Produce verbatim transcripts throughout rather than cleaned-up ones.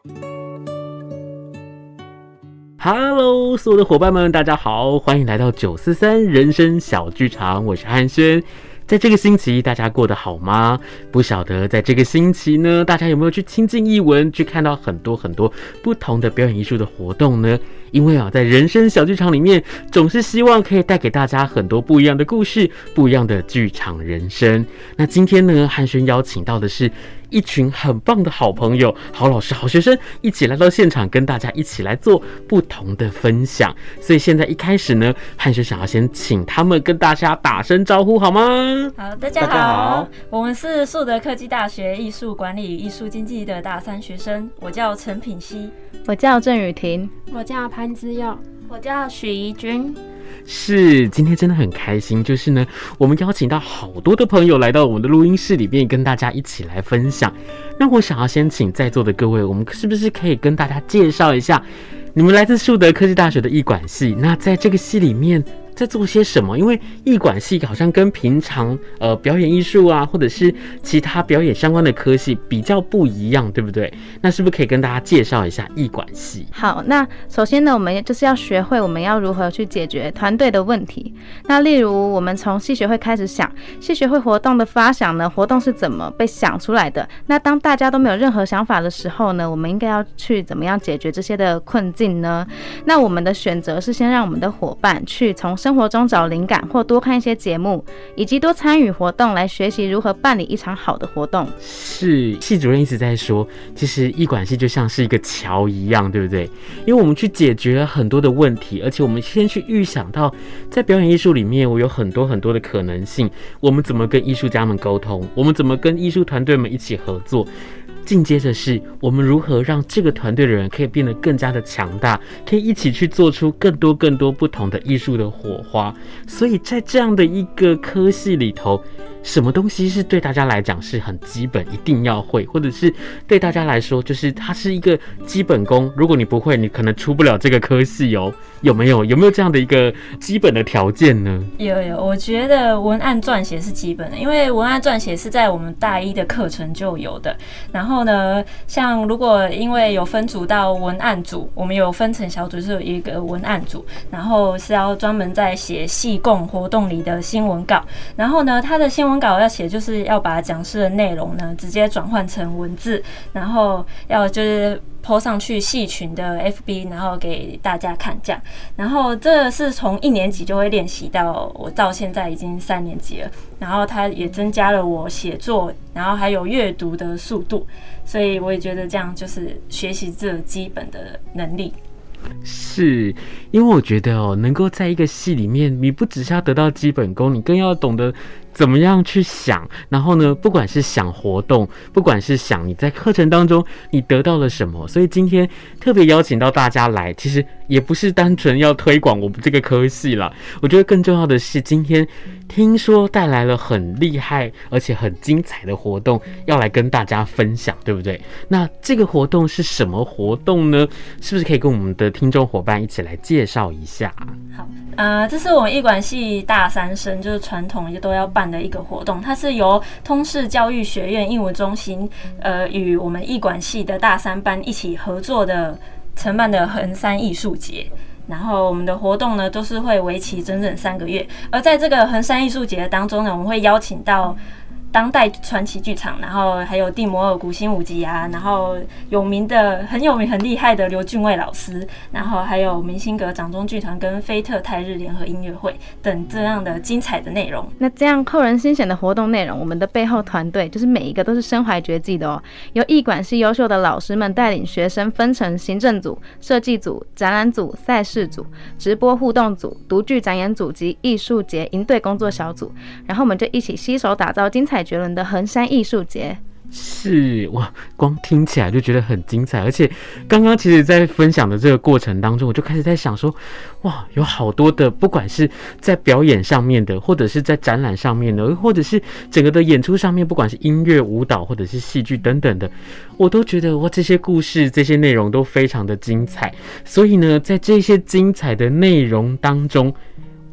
Hello， 所有的伙伴们，大家好，欢迎来到九四三人生小剧场，我是汉轩。在这个星期，大家过得好吗？不晓得在这个星期呢，大家有没有去亲近艺文，去看到很多很多不同的表演艺术的活动呢？因为啊，在人生小剧场里面，总是希望可以带给大家很多不一样的故事，不一样的剧场人生。那今天呢，汉轩邀请到的是一群很棒的好朋友、好老师、好学生，一起来到现场，跟大家一起来做不同的分享。所以现在一开始呢，汉轩想要先请他们跟大家打声招呼，好吗？ 好，大家 好, 大家好，我们是树德科技大学艺术管理与艺术经济的大三学生，我叫陈品熙， 我叫郑雨婷， 我叫潘之佑， 我叫许怡君。 是，今天真的很开心，就是呢，我们邀请到好多的朋友来到我们的录音室里面，跟大家一起来分享。那我想要先请在座的各位，我们是不是可以跟大家介绍一下，你们来自树德科技大学的艺管系？那在这个系里面在做些什么？因为艺管系好像跟平常呃表演艺术啊，或者是其他表演相关的科系比较不一样，对不对？那是不是可以跟大家介绍一下艺管系？ 好，那首先呢，我们就是要学会我们要如何去解决团队的问题。那例如，我们从系学会开始想，系学会活动的发想呢，活动是怎么被想出来的？那当大家都没有任何想法的时候呢，我们应该要去怎么样解决这些的困境呢？那我们的选择是先让我们的伙伴去从生活中找灵感，或多看一些节目，以及多参与活动，来学习如何办理一场好的活动。 是，系主任一直在说，其实艺管系就像是一个桥一样，对不对？因为我们去解决很多的问题，而且我们先去预想到，在表演艺术里面，我有很多很多的可能性，我们怎么跟艺术家们沟通，我们怎么跟艺术团队们一起合作。进阶的是，我们如何让这个团队的人可以变得更加的强大，可以一起去做出更多更多不同的艺术的火花。所以在这样的一个科系里头，什么东西是对大家来讲是很基本一定要会，或者是对大家来说就是它是一个基本功，如果你不会，你可能出不了这个科系哦。有没有有没有这样的一个基本的条件呢？ 有有，我觉得文案撰写是基本的，因为文案撰写是在我们大一的课程就有的。然后呢，像如果因为有分组到文案组，我们有分成小组，是有一个文案组，然后是要专门在写系共活动里的新闻稿。然后呢，他的新闻稿要写，就是要把讲师的内容呢直接转换成文字，然后要就是po上去系群的 F B， 然后给大家看这样。然后这是从一年级就会练习到我到现在已经三年级了。然后它也增加了我写作，然后还有阅读的速度，所以我也觉得这样就是学习这基本的能力。 是，因为我觉得哦，能够在一个系里面，你不只是要得到基本功，你更要懂得怎么样去想。然后呢，不管是想活动，不管是想你在课程当中你得到了什么，所以今天特别邀请到大家来，其实也不是单纯要推广我们这个科系啦。我觉得更重要的是，今天听说带来了很厉害而且很精彩的活动，要来跟大家分享，对不对？那这个活动是什么活动呢？是不是可以跟我们的听众伙伴一起来介绍一下？ 好，呃，这是我们艺管系大三生就是传统都要办的一个活动，它是由通识教育学院艺文中心呃与我们艺管系的大三班一起合作的承办的衡山艺术节。然后我们的活动呢都是会为期整整三个月，而在这个衡山艺术节当中呢，我们会邀请到当代传奇剧场，然后还有蒂摩尔古新舞集啊，然后有名的很有名很厉害的刘俊卫老师，然后还有明星阁掌中剧团跟菲特泰日联合音乐会等这样的精彩的内容。 那这样扣人心弦的活动内容，我们的背后团队就是每一个都是身怀绝技的哦，由艺管系优秀的老师们带领学生分成行政组、设计组、展览组、赛事组、直播互动组、读剧展演组及艺术节营队工作小组，然后我们就一起携手打造精彩绝伦的衡山艺术节。 是哇，光听起来就觉得很精彩，而且刚刚其实在分享的这个过程当中，我就开始在想说，哇，有好多的，不管是在表演上面的，或者是在展览上面的，或者是整个的演出上面，不管是音乐、舞蹈或者是戏剧等等的，我都觉得哇，这些故事、这些内容都非常的精彩。所以呢，在这些精彩的内容当中，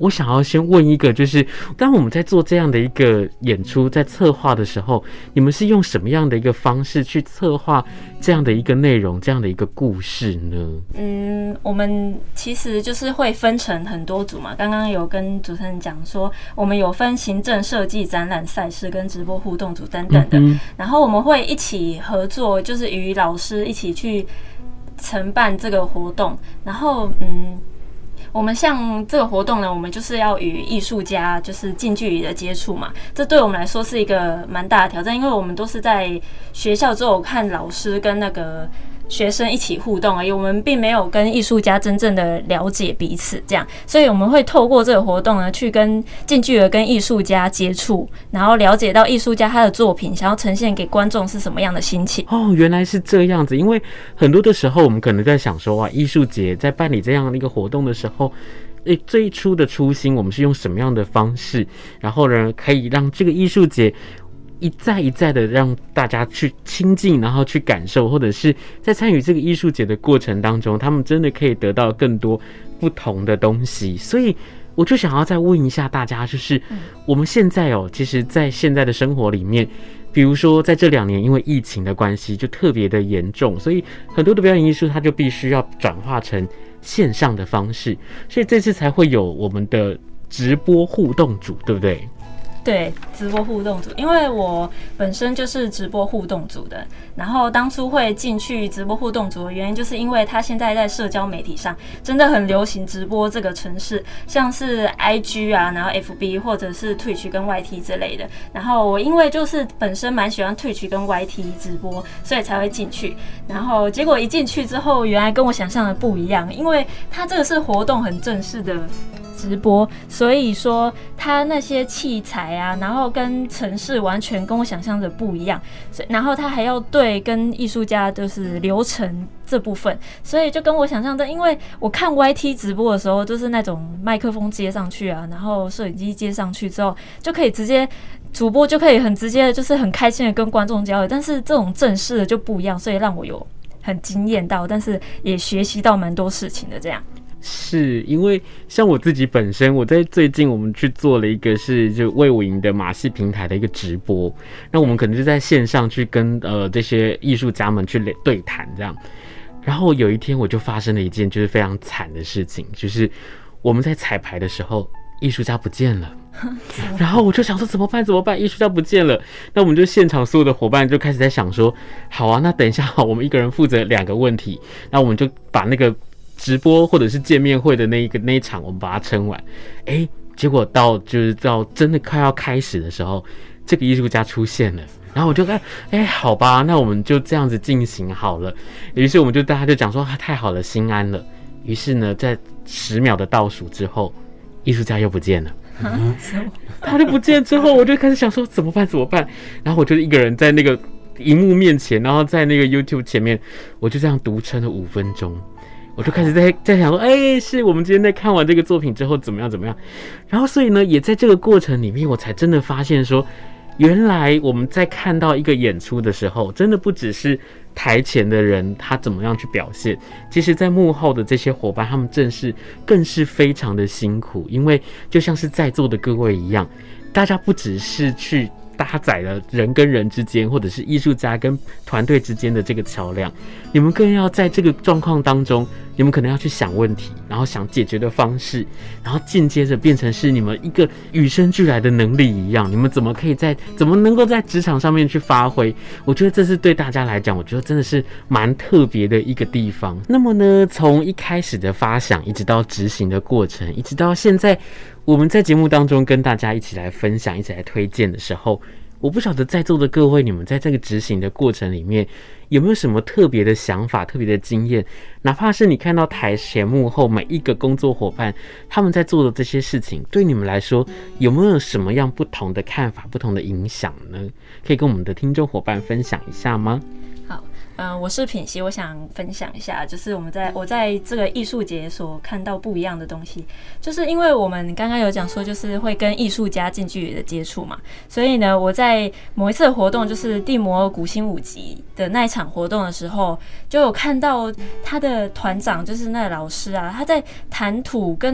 我想要先问一个，就是当我们在做这样的一个演出，在策划的时候，你们是用什么样的一个方式去策划这样的一个内容，这样的一个故事呢？ 嗯，我们其实就是会分成很多组嘛。刚刚有跟主持人讲说，我们有分行政、设计、展览、赛事跟直播互动组等等的。嗯、然后我们会一起合作，就是与老师一起去承办这个活动。然后，嗯。我们像这个活动呢，我们就是要与艺术家就是近距离的接触嘛，这对我们来说是一个蛮大的挑战，因为我们都是在学校之后看老师跟那个学生一起互动而已，我们并没有跟艺术家真正的了解彼此，这样，所以我们会透过这个活动呢，去跟近距离的跟艺术家接触，然后了解到艺术家他的作品想要呈现给观众是什么样的心情。 哦，原来是这样子，因为很多的时候我们可能在想说啊，艺术节在办理这样的一个活动的时候。诶，最初的初心，我们是用什么样的方式，然后呢，可以让这个艺术节一再一再的让大家去亲近，然后去感受，或者是在参与这个艺术节的过程当中，他们真的可以得到更多不同的东西。所以我就想要再问一下大家，就是我们现在哦，其实在现在的生活里面，比如说在这两年因为疫情的关系就特别的严重，所以很多的表演艺术它就必须要转化成线上的方式，所以这次才会有我们的直播互动组，对不对？ 对，直播互动组，因为我本身就是直播互动组的，然后当初会进去直播互动组的原因，就是因为它现在在社交媒体上真的很流行直播这个程式，像是 I G 啊，然后 F B 或者是 Twitch 跟 Y T 之类的。然后我因为就是本身蛮喜欢 Twitch 跟 Y T 直播，所以才会进去。然后结果一进去之后，原来跟我想象的不一样，因为它这个是活动很正式的直播，所以说他那些器材啊，然后跟程式完全跟我想象的不一样，然后他还要对跟艺术家就是流程这部分，所以就跟我想象的，因为我看 Y T 直播的时候，就是那种麦克风接上去啊，然后摄影机接上去之后，就可以直接主播就可以很直接的，就是很开心的跟观众交流，但是这种正式的就不一样，所以让我有很惊艳到，但是也学习到蛮多事情的这样。 是因为像我自己本身，我在最近我们去做了一个是就魏武营的马戏平台的一个直播，那我们可能就在线上去跟呃这些艺术家们去对谈这样，然后有一天我就发生了一件就是非常惨的事情，就是我们在彩排的时候艺术家不见了，然后我就想说怎么办怎么办，艺术家不见了，那我们就现场所有的伙伴就开始在想说，好啊，那等一下好，我们一个人负责两个问题，那我们就把那个直播或者是见面会的那一个那一场，我们把它撑完。哎、欸，结果到就是到真的快要开始的时候，这个艺术家出现了，然后我就哎哎、欸，好吧，那我们就这样子进行好了。于是我们就大家就讲说、啊、太好了，心安了。于是呢，在十秒的倒数之后，艺术家又不见了。嗯、他就不见之后，我就开始想说怎么办怎么办？然后我就一个人在那个荧幕面前，然后在那个 YouTube 前面，我就这样独撑了五分钟。我就开始在在想说，哎、欸，是我们今天在看完这个作品之后怎么样怎么样，然后所以呢，也在这个过程里面，我才真的发现说，原来我们在看到一个演出的时候，真的不只是台前的人他怎么样去表现，其实在幕后的这些伙伴，他们正是更是非常的辛苦，因为就像是在座的各位一样，大家不只是去搭载了人跟人之间，或者是艺术家跟团队之间的这个桥梁，你们更要在这个状况当中，你们可能要去想问题，然后想解决的方式，然后间接着变成是你们一个与生俱来的能力一样，你们怎么可以在怎么能够在职场上面去发挥？我觉得这是对大家来讲，我觉得真的是蛮特别的一个地方。那么呢，从一开始的发想，一直到执行的过程，一直到现在我们在节目当中跟大家一起来分享，一起来推荐的时候，我不晓得在座的各位，你们在这个执行的过程里面有没有什么特别的想法、特别的经验？哪怕是你看到台前幕后每一个工作伙伴他们在做的这些事情，对你们来说有没有什么样不同的看法、不同的影响呢？可以跟我们的听众伙伴分享一下吗？ 好。嗯、呃，我是品熙，我想分享一下，就是我们在我在这个艺术节所看到不一样的东西，就是因为我们刚刚有讲说，就是会跟艺术家近距离的接触嘛，所以呢，我在某一次的活动，就是地摩尔古新舞集的那一场活动的时候，就有看到他的团长，就是那个老师啊，他在谈吐跟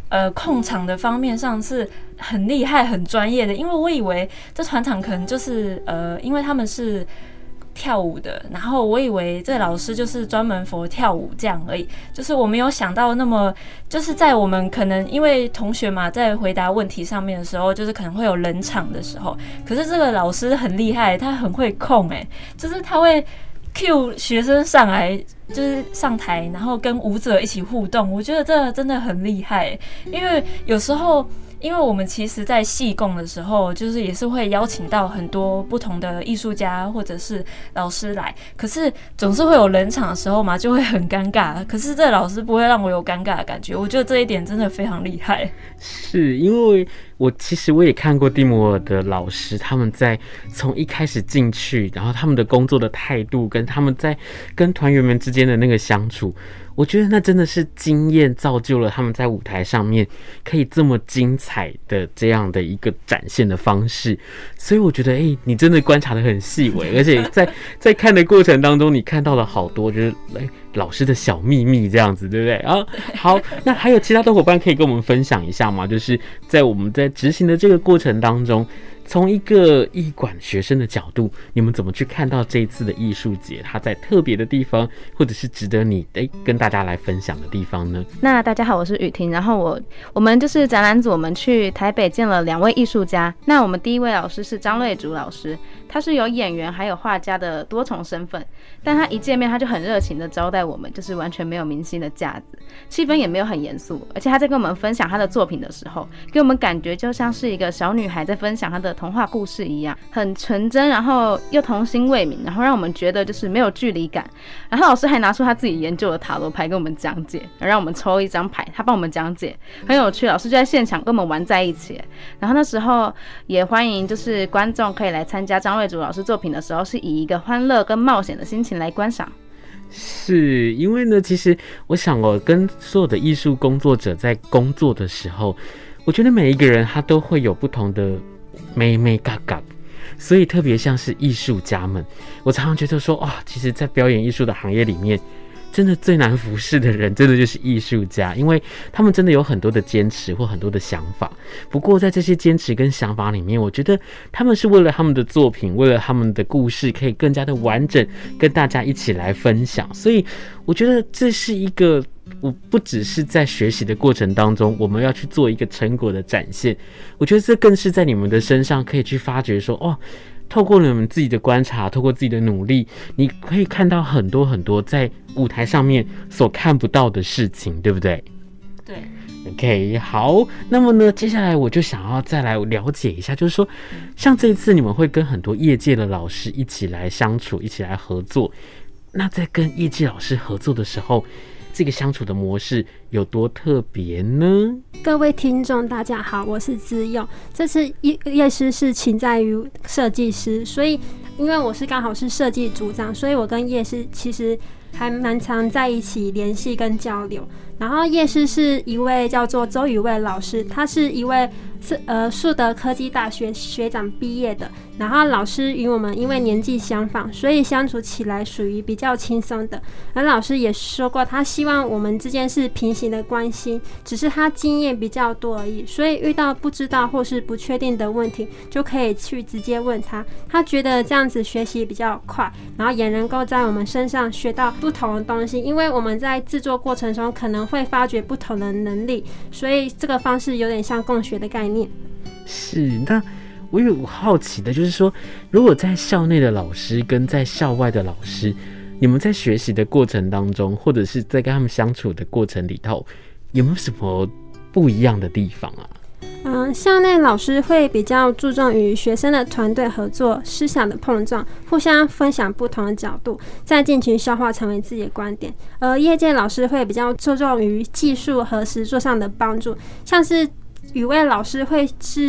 呃控场的方面上是很厉害、很专业的，因为我以为这团场可能就是呃，因为他们是跳舞的，然后我以为这老师就是专门 for 跳舞这样而已，就是我没有想到那么，就是在我们可能因为同学嘛，在回答问题上面的时候，就是可能会有冷场的时候，可是这个老师很厉害，他很会控哎、欸，就是他会 cue 学生上来，就是上台，然后跟舞者一起互动，我觉得这真的很厉害、欸，因为有时候。因为我们其实在系共的时候，就是也是会邀请到很多不同的艺术家或者是老师来，可是总是会有冷场的时候嘛，就会很尴尬。可是这老师不会让我有尴尬的感觉，我觉得这一点真的非常厉害。 是因为我其实我也看过蒂摩尔的老师，他们在从一开始进去，然后他们的工作的态度，跟他们在跟团员们之间的那个相处。我觉得那真的是经验造就了他们在舞台上面可以这么精彩的这样的一个展现的方式，所以我觉得，哎、欸，你真的观察得很细微，而且在在看的过程当中，你看到了好多就是哎、欸、老师的小秘密这样子，对不对啊？好，那还有其他的伙伴可以跟我们分享一下吗？就是在我们在执行的这个过程当中。从一个艺管学生的角度，你们怎么去看到这一次的艺术节？它在特别的地方，或者是值得你哎跟大家来分享的地方呢？ 那大家好，我是雨婷。然后我我们就是展览组，我们去台北见了两位艺术家。那我们第一位老师是张瑞竹老师，他是有演员还有画家的多重身份，但他一见面他就很热情的招待我们，就是完全没有明星的架子，气氛也没有很严肃，而且他在跟我们分享他的作品的时候，给我们感觉就像是一个小女孩在分享她的童话故事一样，很纯真，然后又童心未泯，然后让我们觉得就是没有距离感。然后老师还拿出他自己研究的塔罗牌跟我们讲解，让我们抽一张牌，他帮我们讲解，很有趣。老师就在现场跟我们玩在一起。然后那时候也欢迎就是观众可以来参加张瑞竹老师作品的时候，是以一个欢乐跟冒险的心情来观赏。 是因为呢，其实我想哦，跟所有的艺术工作者在工作的时候，我觉得每一个人他都会有不同的妹妹嘎嘎，所以特别像是艺术家们，我常常觉得说，哇、哦，其实，在表演艺术的行业里面，真的最难服侍的人，真的就是艺术家，因为他们真的有很多的坚持或很多的想法。不过，在这些坚持跟想法里面，我觉得他们是为了他们的作品，为了他们的故事，可以更加的完整，跟大家一起来分享。所以，我觉得这是一个。我不只是在学习的过程当中，我们要去做一个成果的展现，我觉得这更是在你们的身上可以去发掘说，哦，透过你们自己的观察，透过自己的努力，你可以看到很多很多在舞台上面所看不到的事情，对不对？ 对。 OK， 好，那么呢，接下来我就想要再来了解一下，就是说，像这一次你们会跟很多业界的老师一起来相处，一起来合作，那在跟业界老师合作的时候，这个相处的模式有多特别呢？ 各位听众大家好，我是资佑。这次业师是请在于设计师，所以因为我是刚好是设计组长，所以我跟业师其实还蛮常在一起联系跟交流。然后业师是一位叫做周宇蔚老师，他是一位是呃树德科技大学学长毕业的。然后老师与我们因为年纪相仿，所以相处起来属于比较轻松的。而老师也说过，他希望我们之间是平行的关系，只是他经验比较多而已，所以遇到不知道或是不确定的问题，就可以去直接问他。他觉得这样子学习比较快，然后也能够在我们身上学到不同的东西，因为我们在制作过程中可能会发掘不同的能力，所以这个方式有点像共学的概念。 是，那我有好奇的就是说，如果在校内的老师跟在校外的老师，你们在学习的过程当中，或者是在跟他们相处的过程里头，有没有什么不一样的地方啊？ 嗯，校内老师会比较注重于学生的团队合作、思想的碰撞，互相分享不同的角度，再进行消化成为自己的观点。而业界老师会比较注重于技术和实作上的帮助，像是语文老师会是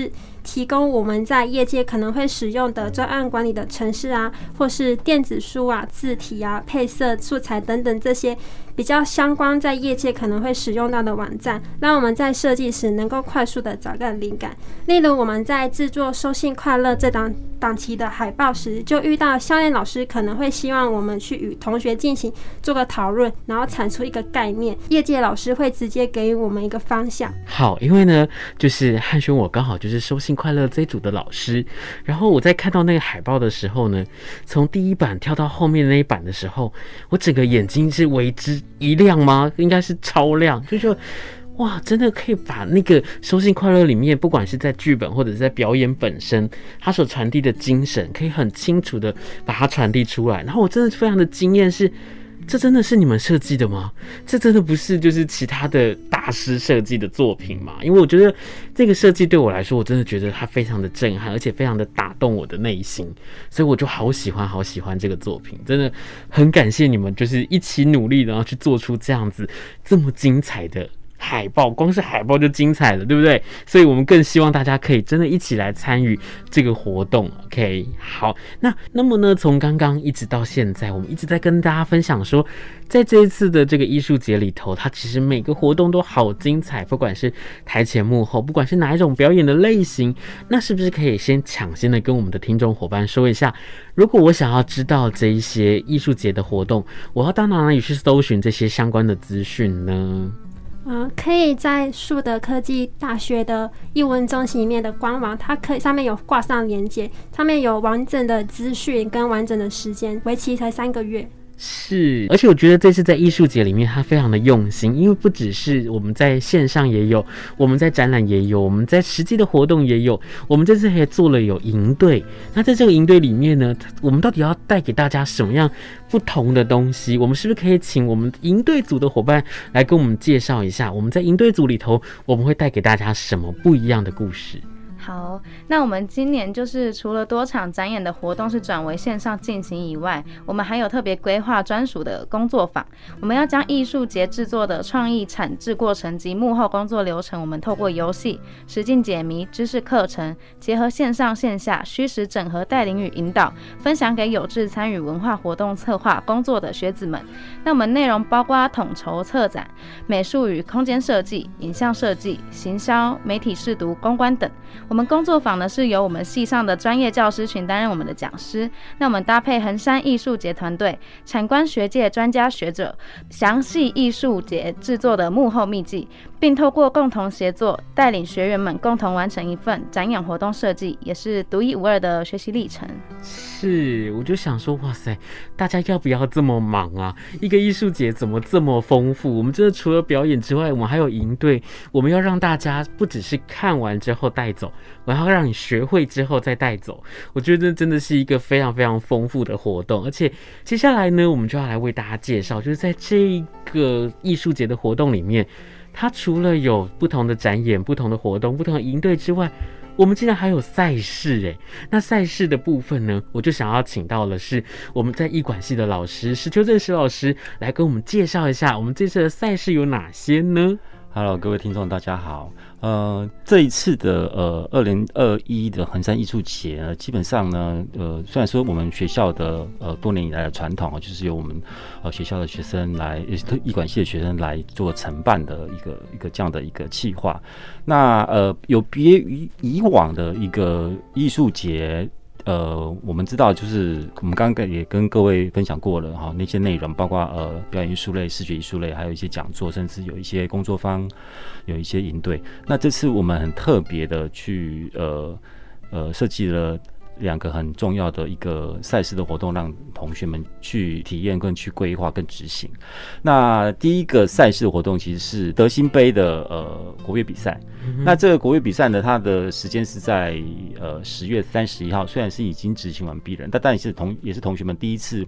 提供我们在业界可能会使用的专案管理的程式啊，或是电子书啊、字体啊、配色、素材等等这些比较相关在业界可能会使用到的网站，让我们在设计时能够快速的找到灵感。例如我们在制作收信快乐这档档期的海报时，就遇到校内老师可能会希望我们去与同学进行做个讨论，然后产出一个概念，业界老师会直接给予我们一个方向。 好，因为呢就是汉轩我刚好就是收信快乐这一组的老师，然后我在看到那个海报的时候呢，从第一版跳到后面的那一版的时候，我整个眼睛是为之一亮吗？应该是超亮，就说哇，真的可以把那个收信快乐里面，不管是在剧本或者是在表演本身，它所传递的精神，可以很清楚的把它传递出来。然后我真的非常的惊艳，是这真的是你们设计的吗？这真的不是就是其他的大师设计的作品吗？因为我觉得这个设计对我来说，我真的觉得它非常的震撼，而且非常的打动我的内心，所以我就好喜欢好喜欢这个作品，真的很感谢你们，就是一起努力，然后去做出这样子这么精彩的海报，光是海报就精彩了，对不对？所以我们更希望大家可以真的一起来参与这个活动。 OK， 好，那那么呢，从刚刚一直到现在，我们一直在跟大家分享说，在这一次的这个艺术节里头，它其实每个活动都好精彩，不管是台前幕后，不管是哪一种表演的类型，那是不是可以先抢先的跟我们的听众伙伴说一下，如果我想要知道这一些艺术节的活动，我要到哪里去搜寻这些相关的资讯呢？ 呃，可以在树德科技大学的艺文中心里面的官网，它可以上面有挂上连结，上面有完整的资讯跟完整的时间，为期才三个月。 是，而且我觉得这次在艺术节里面，它非常的用心，因为不只是我们在线上也有，我们在展览也有，我们在实际的活动也有，我们这次还做了有营队。那在这个营队里面呢，我们到底要带给大家什么样不同的东西？我们是不是可以请我们营队组的伙伴来跟我们介绍一下，我们在营队组里头，我们会带给大家什么不一样的故事？ 好，那我们今年就是除了多场展演的活动是转为线上进行以外，我们还有特别规划专属的工作坊。我们要将艺术节制作的创意产制过程及幕后工作流程，我们透过游戏、实境解谜、知识课程，结合线上线下虚实整合带领与引导，分享给有志参与文化活动策划工作的学子们。那我们内容包括统筹策展、美术与空间设计、影像设计、行销、媒体识读、公关等。我们工作坊呢是由我们系上的专业教师群担任我们的讲师，那我们搭配衡山艺术节团队、产官学界专家学者，详细艺术节制作的幕后秘技，并透过共同协作，带领学员们共同完成一份展演活动设计，也是独一无二的学习历程。 是，我就想说，哇塞，大家要不要这么忙啊？一个艺术节怎么这么丰富？我们真的除了表演之外，我们还有营队，我们要让大家不只是看完之后带走，我要让你学会之后再带走。我觉得这真的是一个非常非常丰富的活动，而且接下来呢，我们就要来为大家介绍，就是在这个艺术节的活动里面，它除了有不同的展演、不同的活动、不同的营队之外，我们竟然还有赛事哎！那赛事的部分呢，我就想要请到的是我们在艺管系的老师石秋正石老师来跟我们介绍一下，我们这次的赛事有哪些呢？ Hello， 各位听众，大家好。呃，这一次的呃二零二一的衡山艺术节呢，基本上呢，呃，虽然说我们学校的呃多年以来的传统啊，就是由我们呃学校的学生来，也是艺管系的学生来做承办的一个一个这样的一个企划。那呃，有别于以往的一个艺术节。呃，我们知道，就是我们刚刚也跟各位分享过了哈，那些内容包括呃表演艺术类、视觉艺术类，还有一些讲座，甚至有一些工作坊，有一些营队。那这次我们很特别的去呃呃设计了两个很重要的一个赛事的活动，让同学们去体验、跟去规划、跟执行。那第一个赛事的活动其实是德兴杯的呃国乐比赛。嗯、那这个国乐比赛呢，它的时间是在呃十月三十一号，虽然是已经执行完毕了，但但也是同也是同学们第一次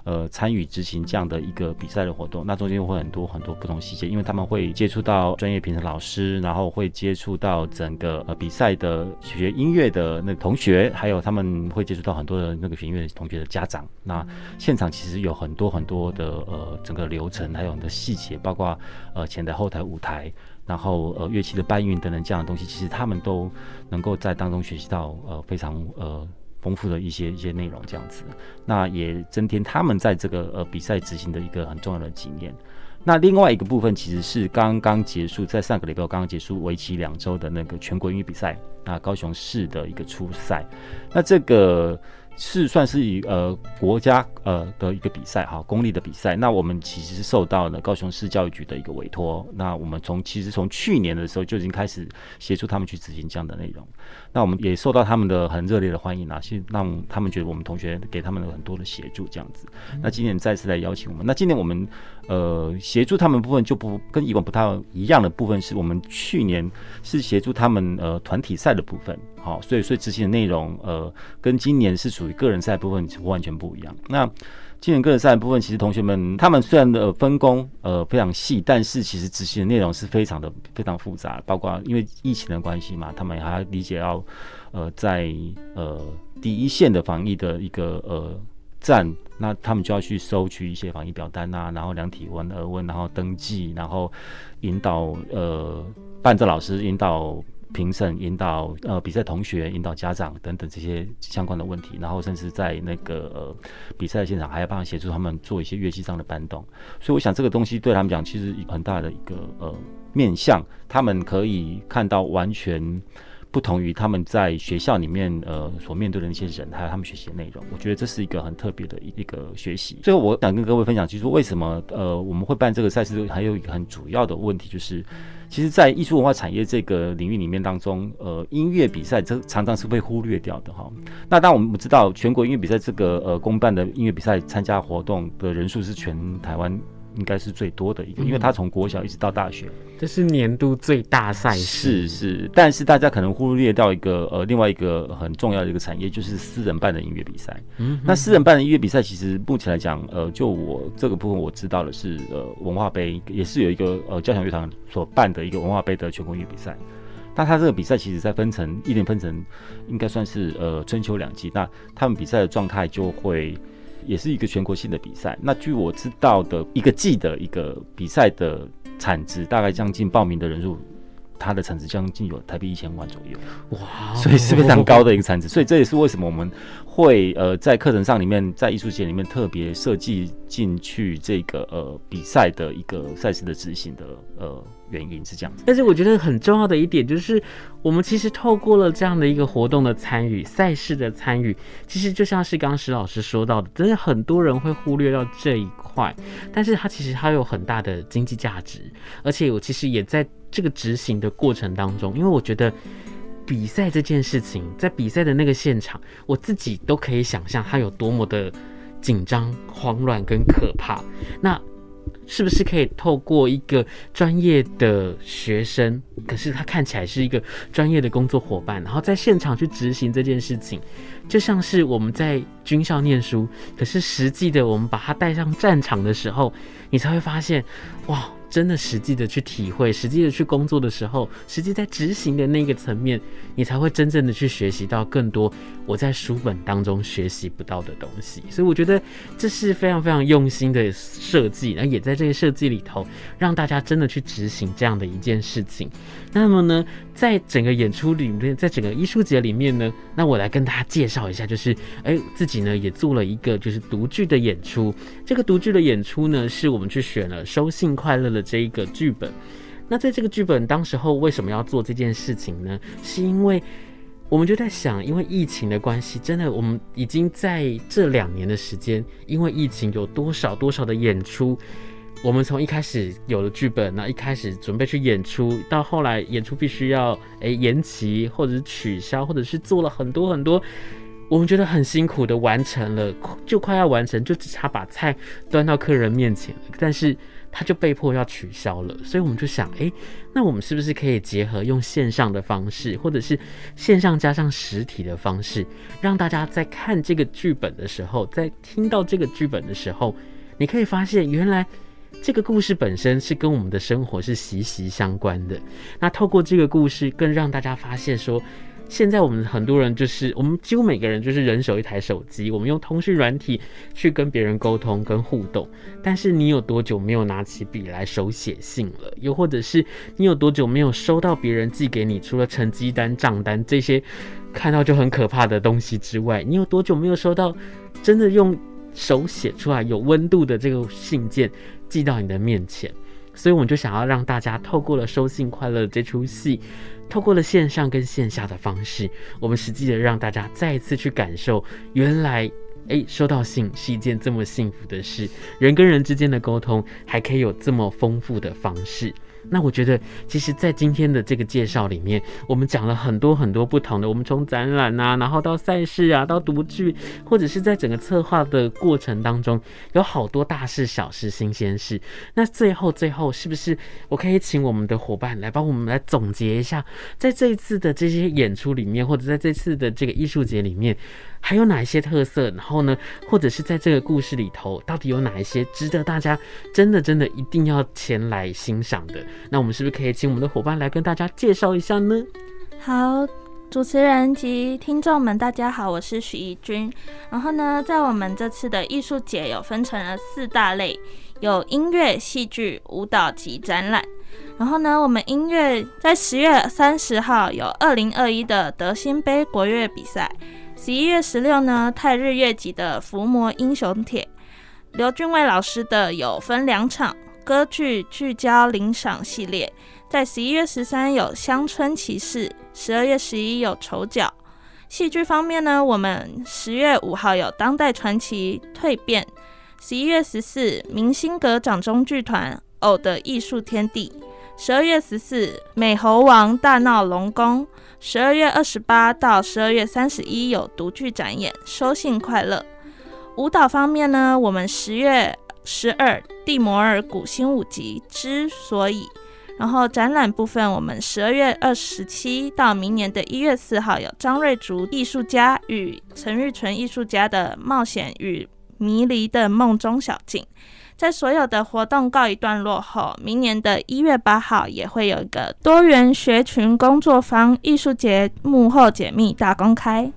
呃参与执行这样的一个比赛的活动。那中间会很多很多不同细节，因为他们会接触到专业评审老师，然后会接触到整个呃比赛的学音乐的那个同学，还有他们会接触到很多的那个学音乐的同学的家长。那现场其实有很多很多的呃整个流程，还有很多细节，包括呃前台、后台、舞台，然后呃乐器的搬运等等这样的东西，其实他们都能够在当中学习到呃非常呃丰富的一些一些内容这样子。那也增添他们在这个呃比赛执行的一个很重要的经验。那另外一个部分其实是刚刚结束，在上个礼拜刚刚结束为期两周的那个全国音乐比赛，那高雄市的一个初赛。那这个是算是以呃国家呃的一个比赛哈，公立的比赛。那我们其实是受到了高雄市教育局的一个委托。那我们从其实从去年的时候就已经开始协助他们去执行这样的内容。那我们也受到他们的很热烈的欢迎啊，是让他们觉得我们同学给他们有很多的协助这样子。那今年再次来邀请我们。那今年我们呃协助他们的部分就不跟以往不太一样的部分，是我们去年是协助他们呃团体赛的部分。好，所以所以执行的内容，呃，跟今年是属于个人赛部分完全不一样。那今年个人赛的部分，其实同学们他们虽然的分工呃非常细，但是其实执行的内容是非常的非常复杂，包括因为疫情的关系嘛，他们还要理解要呃在呃第一线的防疫的一个呃站，那他们就要去收取一些防疫表单啊，然后量体温、额温，然后登记，然后引导呃伴奏老师引导评审，引导呃比赛同学，引导家长等等这些相关的问题，然后甚至在那个呃比赛的现场还要帮他协助他们做一些乐器上的搬动。所以我想这个东西对他们讲其实很大的一个呃面向，他们可以看到完全不同于他们在学校里面呃所面对的那些人，还有他们学习的内容。我觉得这是一个很特别的一个学习。最后我想跟各位分享，其实为什么呃我们会办这个赛事，还有一个很主要的问题就是。其实，在艺术文化产业这个领域里面当中，呃，音乐比赛这常常是被忽略掉的哈。那当然我们知道，全国音乐比赛这个呃公办的音乐比赛参加活动的人数是全台湾应该是最多的一个，因为它从国小一直到大学， 这是年度最大赛事。 是是，但是大家可能忽略掉一个呃另外一个很重要的一个产业，就是私人办的音乐比赛。嗯，那私人办的音乐比赛，其实目前来讲，呃，就我这个部分我知道的是，呃，文化杯也是有一个呃交响乐团所办的一个文化杯的全国音乐比赛。那它这个比赛其实在分成一年分成，应该算是呃春秋两季。那他们比赛的状态就会。也是一个全国性的比赛。那据我知道的一个季的一个比赛的产值，大概将近报名的人数，它的产值将近有台币一千万左右。哇，所以是非常高的一个产值。所以这也是为什么我们会呃在课程上里面，在艺术节里面特别设计进去这个呃比赛的一个赛事的执行的呃原因是这样子。 但是我觉得很重要的一点就是，我们其实透过了这样的一个活动的参与、赛事的参与，其实就像是刚刚石老师说到的，真的很多人会忽略到这一块，但是它其实它有很大的经济价值，而且我其实也在这个执行的过程当中，因为我觉得比赛这件事情，在比赛的那个现场，我自己都可以想象它有多么的紧张、慌乱跟可怕。那是不是可以透过一个专业的学生，可是他看起来是一个专业的工作伙伴，然后在现场去执行这件事情，就像是我们在军校念书，可是实际的我们把它带上战场的时候，你才会发现，哇，真的实际的去体会，实际的去工作的时候，实际在执行的那个层面，你才会真正的去学习到更多我在书本当中学习不到的东西。所以我觉得这是非常非常用心的设计，那也在这个设计里头让大家真的去执行这样的一件事情。那么呢，在整个演出里面，在整个艺术节里面呢，那我来跟大家介绍一下，就是哎，自己呢也做了一个就是读剧的演出。这个读剧的演出呢，是我们去选了《收信快乐》的这一个剧本。那在这个剧本当时候为什么要做这件事情呢？是因为我们就在想，因为疫情的关系，真的我们已经在这两年的时间，因为疫情有多少多少的演出，我们从一开始有了剧本，那一开始准备去演出，到后来演出必须要诶延期，或者是取消，或者是做了很多很多我们觉得很辛苦的完成了，就快要完成，就只差把菜端到客人面前了，但是他就被迫要取消了。所以我们就想，哎，那我们是不是可以结合用线上的方式，或者是线上加上实体的方式，让大家在看这个剧本的时候，在听到这个剧本的时候，你可以发现原来这个故事本身是跟我们的生活是息息相关的。那透过这个故事，更让大家发现说，现在我们很多人就是我们几乎每个人就是人手一台手机，我们用通讯软体去跟别人沟通跟互动，但是你有多久没有拿起笔来手写信了？又或者是你有多久没有收到别人寄给你除了成绩单账单这些看到就很可怕的东西之外，你有多久没有收到真的用手写出来有温度的这个信件寄到你的面前？所以我们就想要让大家透过了收信快乐这出戏，透过了线上跟线下的方式，我们实际的让大家再一次去感受，原来哎，收到信是一件这么幸福的事，人跟人之间的沟通还可以有这么丰富的方式。那我觉得其实在今天的这个介绍里面，我们讲了很多很多不同的，我们从展览啊，然后到赛事啊，到读剧，或者是在整个策划的过程当中，有好多大事小事新鲜事。那最后最后是不是我可以请我们的伙伴来帮我们来总结一下，在这一次的这些演出里面，或者在这次的这个艺术节里面还有哪一些特色，然后呢，或者是在这个故事里头到底有哪一些值得大家真的真的一定要前来欣赏的？那我们是不是可以请我们的伙伴来跟大家介绍一下呢？ 好，主持人及听众们大家好，我是许怡君。然后呢，在我们这次的艺术节有分成了四大类，有音乐、戏剧、舞蹈及展览。然后呢，我们音乐在十月三十号有二零二一的德兴杯国乐比赛，十一月十六呢太日乐集的伏魔英雄帖，刘俊卫老师的有分两场歌剧聚焦领赏系列，在十一月十三有乡村骑士，十二月十一有丑角。戏剧方面呢，我们十月五号有当代传奇蜕变，十一月十四明星阁掌中剧团偶的艺术天地，十二月十四美猴王大闹龙宫，十二月二十八到十二月三十一有读剧展演，收信快乐。舞蹈方面呢，我们十月十二蒂摩尔古新舞集之所以，然后展览部分我们十二月二十七到明年的一月四号有张瑞竹艺术家与陈玉纯艺术家的冒险与迷离的梦中小径。在所有的活动告一段落后，明年的一月八号也会有一个多元学群工作坊艺术节幕后解密大公开。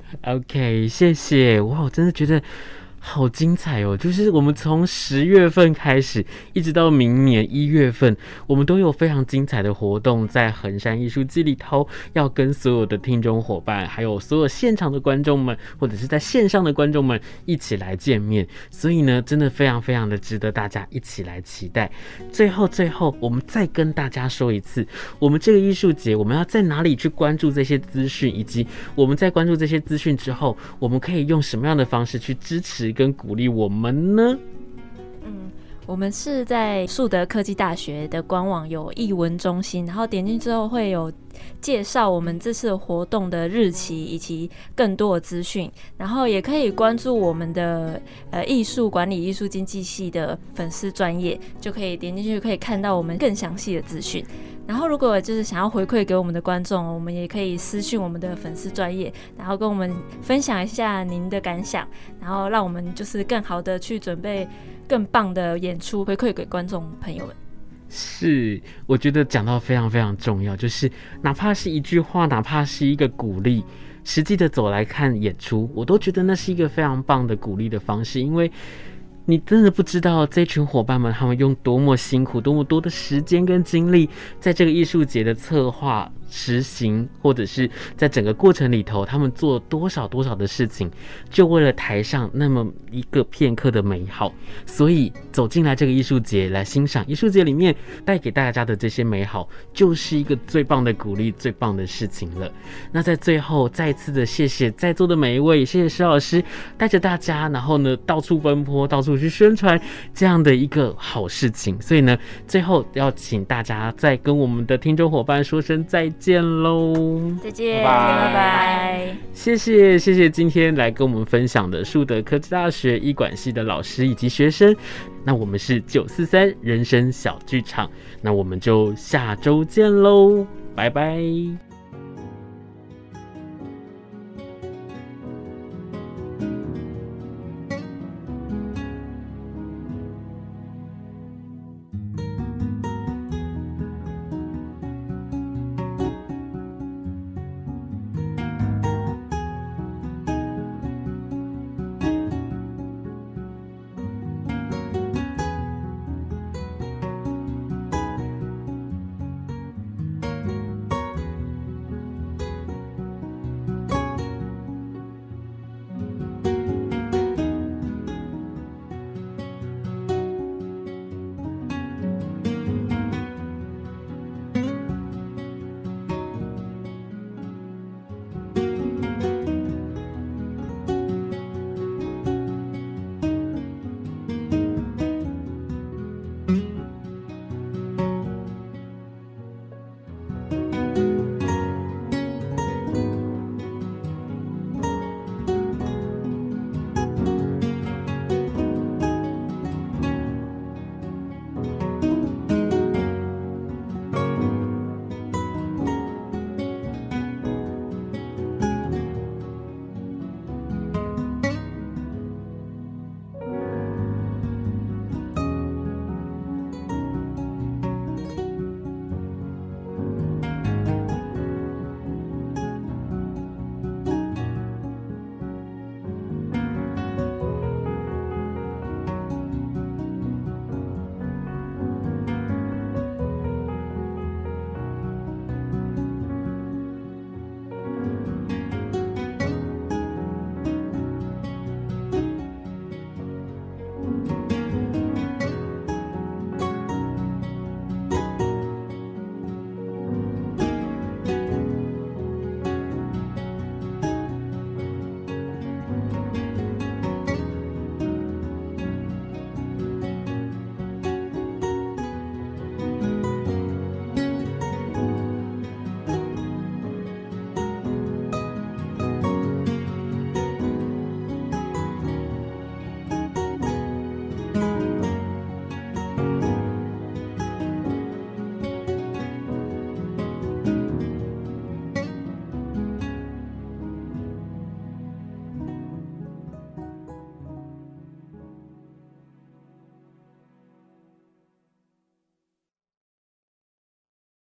OK， 谢谢。哇，我真的觉得好精彩哦！就是我们从十月份开始，一直到明年一月份，我们都有非常精彩的活动在衡山艺术季里头，要跟所有的听众伙伴，还有所有现场的观众们，或者是在线上的观众们一起来见面。所以呢，真的非常非常的值得大家一起来期待。最后最后，我们再跟大家说一次，我们这个艺术节，我们要在哪里去关注这些资讯，以及我们在关注这些资讯之后，我们可以用什么样的方式去支持跟鼓励我们呢？ 嗯，我们是在树德科技大学的官网有艺文中心，然后点进之后会有介绍我们这次活动的日期以及更多的资讯，然后也可以关注我们的呃艺术管理艺术经济系的粉丝专页，就可以点进去可以看到我们更详细的资讯。然后如果就是想要回馈给我们的观众，我们也可以私讯我们的粉丝专页，然后跟我们分享一下您的感想，然后让我们就是更好的去准备更棒的演出，回馈给观众朋友们。 是，我觉得讲到非常非常重要，就是哪怕是一句话，哪怕是一个鼓励，实际的走来看演出，我都觉得那是一个非常棒的鼓励的方式，因为你真的不知道这群伙伴们他们用多么辛苦多么多的时间跟精力在这个艺术节的策划实行，或者是在整个过程里头他们做多少多少的事情，就为了台上那么一个片刻的美好。所以走进来这个艺术节来欣赏艺术节里面带给大家的这些美好，就是一个最棒的鼓励最棒的事情了。那在最后再次的谢谢在座的每一位，谢谢施老师带着大家，然后呢到处奔波到处楚去宣传这样的一个好事情。所以呢，最后要请大家再跟我们的听众伙伴说声再见喽， 再见， 拜拜拜拜。 谢谢谢谢今天来跟我们分享的树德科技大学医管系的老师以及学生。那我们是九四三人生小剧场，那我们就下周见喽，拜拜。